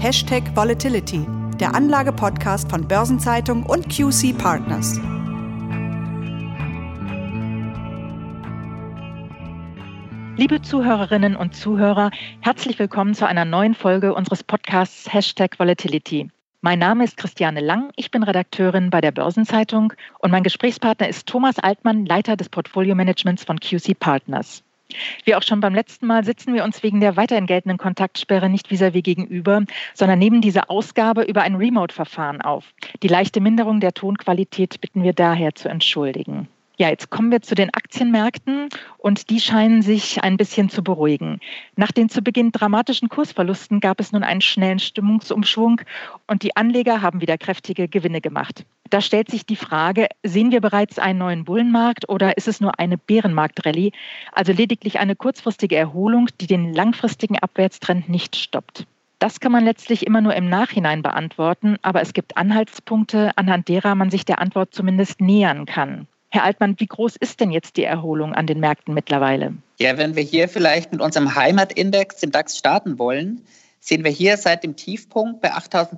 #Volatility, der Anlage-Podcast von Börsenzeitung und QC Partners. Liebe Zuhörerinnen und Zuhörer, herzlich willkommen zu einer neuen Folge unseres Podcasts #Volatility. Mein Name ist Christiane Lang, ich bin Redakteurin bei der Börsenzeitung und mein Gesprächspartner ist Thomas Altmann, Leiter des Portfolio-Managements von QC Partners. Wie auch schon beim letzten Mal sitzen wir uns wegen der weiterhin geltenden Kontaktsperre nicht vis-à-vis gegenüber, sondern nehmen diese Ausgabe über ein Remote-Verfahren auf. Die leichte Minderung der Tonqualität bitten wir daher zu entschuldigen. Ja, jetzt kommen wir zu den Aktienmärkten und die scheinen sich ein bisschen zu beruhigen. Nach den zu Beginn dramatischen Kursverlusten gab es nun einen schnellen Stimmungsumschwung und die Anleger haben wieder kräftige Gewinne gemacht. Da stellt sich die Frage, sehen wir bereits einen neuen Bullenmarkt oder ist es nur eine Bärenmarkt-Rallye, also lediglich eine kurzfristige Erholung, die den langfristigen Abwärtstrend nicht stoppt? Das kann man letztlich immer nur im Nachhinein beantworten, aber es gibt Anhaltspunkte, anhand derer man sich der Antwort zumindest nähern kann. Herr Altmann, wie groß ist denn jetzt die Erholung an den Märkten mittlerweile? Ja, wenn wir hier vielleicht mit unserem Heimatindex, dem DAX, starten wollen, sehen wir hier seit dem Tiefpunkt bei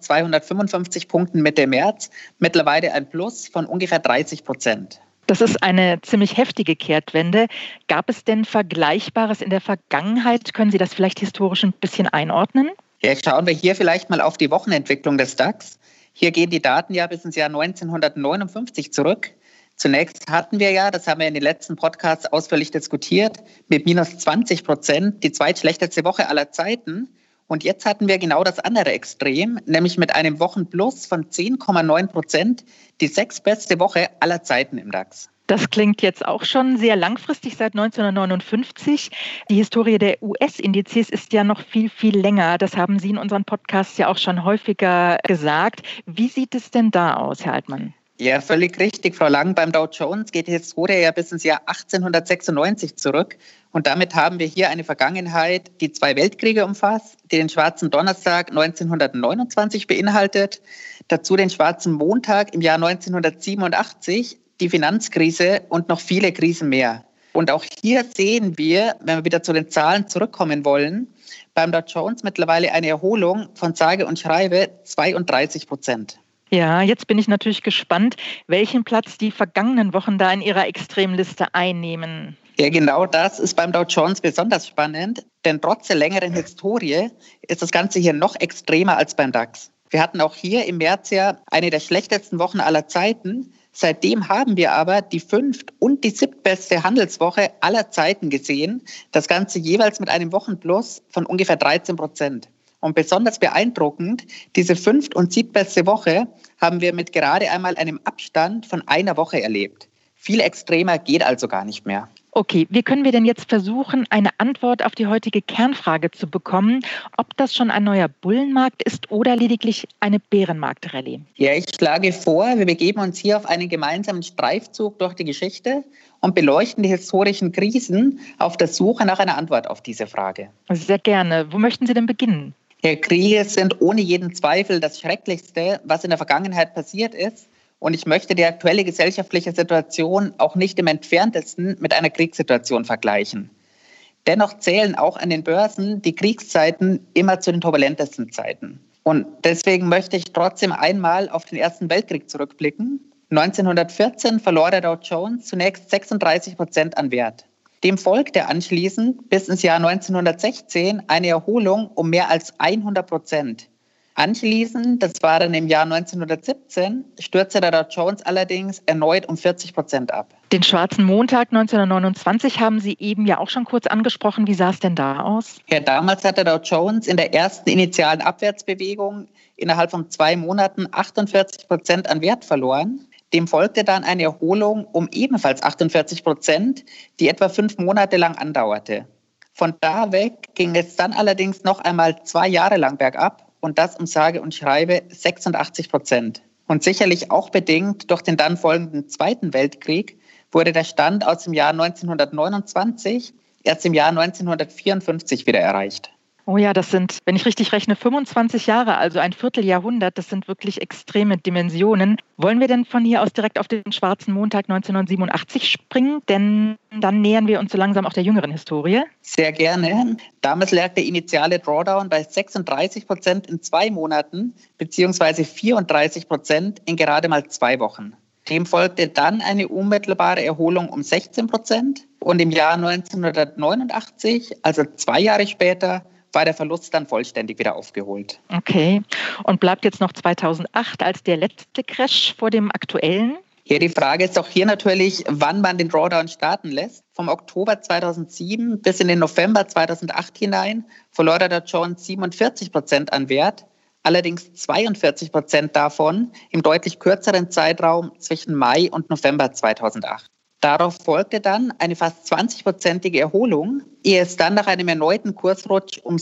8.255 Punkten Mitte März mittlerweile ein Plus von ungefähr 30%. Das ist eine ziemlich heftige Kehrtwende. Gab es denn Vergleichbares in der Vergangenheit? Können Sie das vielleicht historisch ein bisschen einordnen? Ja, schauen wir hier vielleicht mal auf die Wochenentwicklung des DAX. Hier gehen die Daten ja bis ins Jahr 1959 zurück. Zunächst hatten wir ja, das haben wir in den letzten Podcasts ausführlich diskutiert, mit minus 20% die zweitschlechteste Woche aller Zeiten. Und jetzt hatten wir genau das andere Extrem, nämlich mit einem Wochenplus von 10,9%, die sechstbeste Woche aller Zeiten im DAX. Das klingt jetzt auch schon sehr langfristig, seit 1959. Die Historie der US-Indizes ist ja noch viel, viel länger. Das haben Sie in unseren Podcasts ja auch schon häufiger gesagt. Wie sieht es denn da aus, Herr Altmann? Ja, völlig richtig, Frau Lang. Beim Dow Jones geht die Historie ja bis ins Jahr 1896 zurück. Und damit haben wir hier eine Vergangenheit, die 2 Weltkriege umfasst, die den Schwarzen Donnerstag 1929 beinhaltet, dazu den Schwarzen Montag im Jahr 1987, die Finanzkrise und noch viele Krisen mehr. Und auch hier sehen wir, wenn wir wieder zu den Zahlen zurückkommen wollen, beim Dow Jones mittlerweile eine Erholung von sage und schreibe 32%. Ja, jetzt bin ich natürlich gespannt, welchen Platz die vergangenen Wochen da in Ihrer Extremliste einnehmen. Ja, genau das ist beim Dow Jones besonders spannend, denn trotz der längeren Historie ist das Ganze hier noch extremer als beim DAX. Wir hatten auch hier im März ja eine der schlechtesten Wochen aller Zeiten. Seitdem haben wir aber die 5. und die 7. beste Handelswoche aller Zeiten gesehen. Das Ganze jeweils mit einem Wochenplus von ungefähr 13%. Und besonders beeindruckend, diese 5. und 7. beste Woche haben wir mit gerade einmal einem Abstand von einer Woche erlebt. Viel extremer geht also gar nicht mehr. Okay, wie können wir denn jetzt versuchen, eine Antwort auf die heutige Kernfrage zu bekommen, ob das schon ein neuer Bullenmarkt ist oder lediglich eine Bärenmarkt-Rallye? Ja, ich schlage vor, wir begeben uns hier auf einen gemeinsamen Streifzug durch die Geschichte und beleuchten die historischen Krisen auf der Suche nach einer Antwort auf diese Frage. Sehr gerne. Wo möchten Sie denn beginnen? Ja, Kriege sind ohne jeden Zweifel das Schrecklichste, was in der Vergangenheit passiert ist. Und ich möchte die aktuelle gesellschaftliche Situation auch nicht im Entferntesten mit einer Kriegssituation vergleichen. Dennoch zählen auch an den Börsen die Kriegszeiten immer zu den turbulentesten Zeiten. Und deswegen möchte ich trotzdem einmal auf den Ersten Weltkrieg zurückblicken. 1914 verlor der Dow Jones zunächst 36% an Wert. Dem folgte anschließend bis ins Jahr 1916 eine Erholung um mehr als 100%. Anschließend, das war dann im Jahr 1917, stürzte der Dow Jones allerdings erneut um 40% ab. Den Schwarzen Montag 1929 haben Sie eben ja auch schon kurz angesprochen. Wie sah es denn da aus? Ja, damals hat der Dow Jones in der ersten initialen Abwärtsbewegung innerhalb von 2 Monaten 48% an Wert verloren. Dem folgte dann eine Erholung um ebenfalls 48%, die etwa 5 Monate lang andauerte. Von da weg ging es dann allerdings noch einmal 2 Jahre lang bergab und das um sage und schreibe 86%. Und sicherlich auch bedingt durch den dann folgenden Zweiten Weltkrieg wurde der Stand aus dem Jahr 1929 erst im Jahr 1954 wieder erreicht. Oh ja, das sind, wenn ich richtig rechne, 25 Jahre, also ein Vierteljahrhundert. Das sind wirklich extreme Dimensionen. Wollen wir denn von hier aus direkt auf den schwarzen Montag 1987 springen? Denn dann nähern wir uns so langsam auch der jüngeren Historie. Sehr gerne. Damals lag der initiale Drawdown bei 36% in 2 Monaten beziehungsweise 34% in gerade mal 2 Wochen. Dem folgte dann eine unmittelbare Erholung um 16% und im Jahr 1989, also 2 Jahre später, war der Verlust dann vollständig wieder aufgeholt. Okay. Und bleibt jetzt noch 2008 als der letzte Crash vor dem aktuellen? Ja, die Frage ist auch hier natürlich, wann man den Drawdown starten lässt. Vom Oktober 2007 bis in den November 2008 hinein verlor der Dow Jones 47% an Wert, allerdings 42% davon im deutlich kürzeren Zeitraum zwischen Mai und November 2008. Darauf folgte dann eine fast 20%ige Erholung, ehe es dann nach einem erneuten Kursrutsch um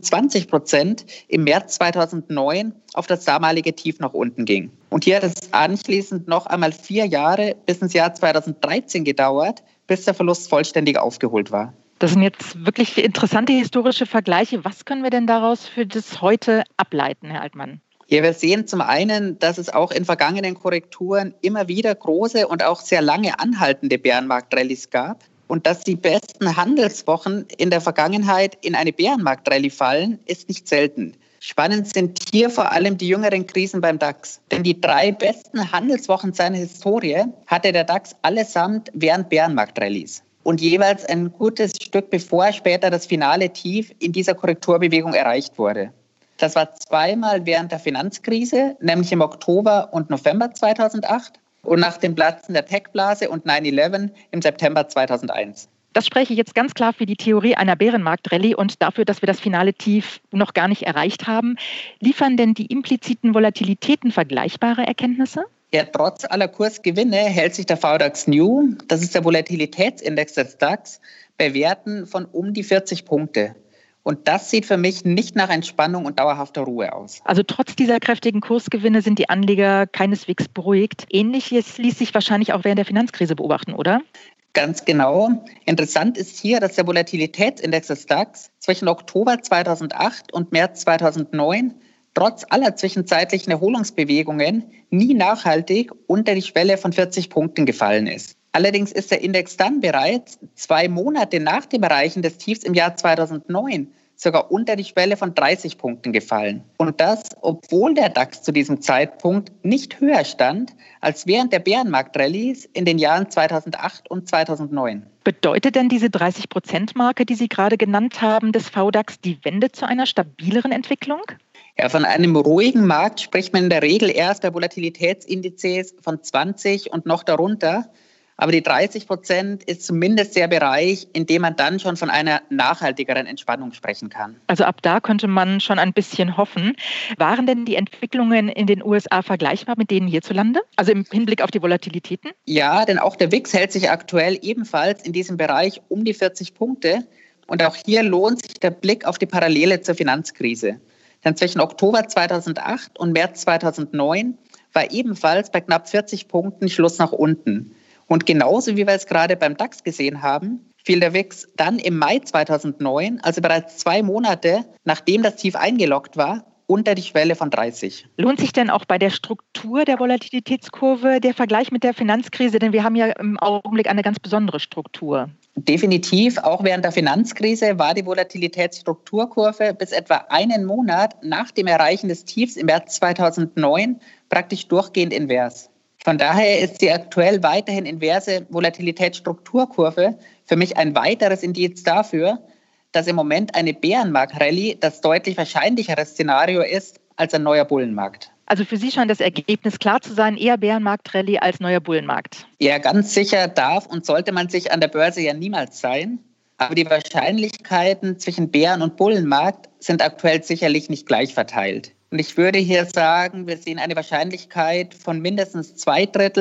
27% im März 2009 auf das damalige Tief nach unten ging. Und hier hat es anschließend noch einmal 4 Jahre bis ins Jahr 2013 gedauert, bis der Verlust vollständig aufgeholt war. Das sind jetzt wirklich interessante historische Vergleiche. Was können wir denn daraus für das heute ableiten, Herr Altmann? Ja, wir sehen zum einen, dass es auch in vergangenen Korrekturen immer wieder große und auch sehr lange anhaltende Bärenmarktrallyes gab. Und dass die besten Handelswochen in der Vergangenheit in eine Bärenmarktrallye fallen, ist nicht selten. Spannend sind hier vor allem die jüngeren Krisen beim DAX. Denn die 3 besten Handelswochen seiner Historie hatte der DAX allesamt während Bärenmarktrallyes. Und jeweils ein gutes Stück bevor später das finale Tief in dieser Korrekturbewegung erreicht wurde. Das war 2-mal während der Finanzkrise, nämlich im Oktober und November 2008 und nach dem Platzen der Tech-Blase und 9/11 im September 2001. Das spreche ich jetzt ganz klar für die Theorie einer Bärenmarktrallye und dafür, dass wir das finale Tief noch gar nicht erreicht haben. Liefern denn die impliziten Volatilitäten vergleichbare Erkenntnisse? Ja, trotz aller Kursgewinne hält sich der VDAX New, das ist der Volatilitätsindex des DAX, bei Werten von um die 40 Punkte. Und das sieht für mich nicht nach Entspannung und dauerhafter Ruhe aus. Also trotz dieser kräftigen Kursgewinne sind die Anleger keineswegs beruhigt. Ähnliches ließ sich wahrscheinlich auch während der Finanzkrise beobachten, oder? Ganz genau. Interessant ist hier, dass der Volatilitätsindex des DAX zwischen Oktober 2008 und März 2009 trotz aller zwischenzeitlichen Erholungsbewegungen nie nachhaltig unter die Schwelle von 40 Punkten gefallen ist. Allerdings ist der Index dann bereits 2 Monate nach dem Erreichen des Tiefs im Jahr 2009 sogar unter die Schwelle von 30 Punkten gefallen. Und das, obwohl der DAX zu diesem Zeitpunkt nicht höher stand als während der Bärenmarktrallyes in den Jahren 2008 und 2009. Bedeutet denn diese 30%-Marke, die Sie gerade genannt haben, des VDAX die Wende zu einer stabileren Entwicklung? Ja, von einem ruhigen Markt spricht man in der Regel erst bei Volatilitätsindizes von 20 und noch darunter. Aber die 30% ist zumindest der Bereich, in dem man dann schon von einer nachhaltigeren Entspannung sprechen kann. Also ab da könnte man schon ein bisschen hoffen. Waren denn die Entwicklungen in den USA vergleichbar mit denen hierzulande? Also im Hinblick auf die Volatilitäten? Ja, denn auch der WIX hält sich aktuell ebenfalls in diesem Bereich um die 40 Punkte. Und auch hier lohnt sich der Blick auf die Parallele zur Finanzkrise. Denn zwischen Oktober 2008 und März 2009 war ebenfalls bei knapp 40 Punkten Schluss nach unten. Und genauso wie wir es gerade beim DAX gesehen haben, fiel der WIX dann im Mai 2009, also bereits 2 Monate, nachdem das Tief eingeloggt war, unter die Schwelle von 30. Lohnt sich denn auch bei der Struktur der Volatilitätskurve der Vergleich mit der Finanzkrise? Denn wir haben ja im Augenblick eine ganz besondere Struktur. Definitiv, auch während der Finanzkrise war die Volatilitätsstrukturkurve bis etwa einen Monat nach dem Erreichen des Tiefs im März 2009 praktisch durchgehend invers. Von daher ist die aktuell weiterhin inverse Volatilitätsstrukturkurve für mich ein weiteres Indiz dafür, dass im Moment eine Bärenmarkt-Rallye das deutlich wahrscheinlichere Szenario ist als ein neuer Bullenmarkt. Also für Sie scheint das Ergebnis klar zu sein, eher Bärenmarkt-Rallye als neuer Bullenmarkt. Ja, ganz sicher darf und sollte man sich an der Börse ja niemals sein. Aber die Wahrscheinlichkeiten zwischen Bären- und Bullenmarkt sind aktuell sicherlich nicht gleich verteilt. Und ich würde hier sagen, wir sehen eine Wahrscheinlichkeit von mindestens 2/3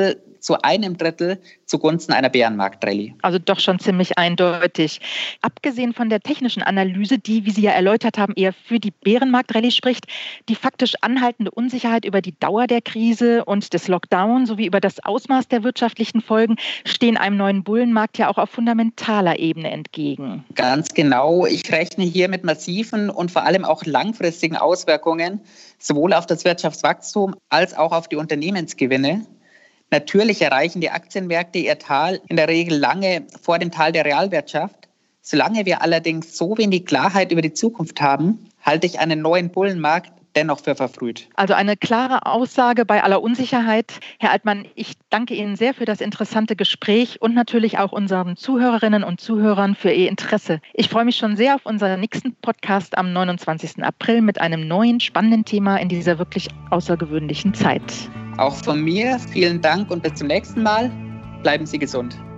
zu 1/3 zugunsten einer Bärenmarktrallye. Also doch schon ziemlich eindeutig. Abgesehen von der technischen Analyse, die, wie Sie ja erläutert haben, eher für die Bärenmarktrallye spricht, die faktisch anhaltende Unsicherheit über die Dauer der Krise und des Lockdown sowie über das Ausmaß der wirtschaftlichen Folgen stehen einem neuen Bullenmarkt ja auch auf fundamentaler Ebene entgegen. Ganz genau. Ich rechne hier mit massiven und vor allem auch langfristigen Auswirkungen, sowohl auf das Wirtschaftswachstum als auch auf die Unternehmensgewinne. Natürlich erreichen die Aktienmärkte ihr Tal in der Regel lange vor dem Tal der Realwirtschaft. Solange wir allerdings so wenig Klarheit über die Zukunft haben, halte ich einen neuen Bullenmarkt dennoch für verfrüht. Also eine klare Aussage bei aller Unsicherheit. Herr Altmann, ich danke Ihnen sehr für das interessante Gespräch und natürlich auch unseren Zuhörerinnen und Zuhörern für Ihr Interesse. Ich freue mich schon sehr auf unseren nächsten Podcast am 29. April mit einem neuen, spannenden Thema in dieser wirklich außergewöhnlichen Zeit. Auch von mir vielen Dank und bis zum nächsten Mal. Bleiben Sie gesund.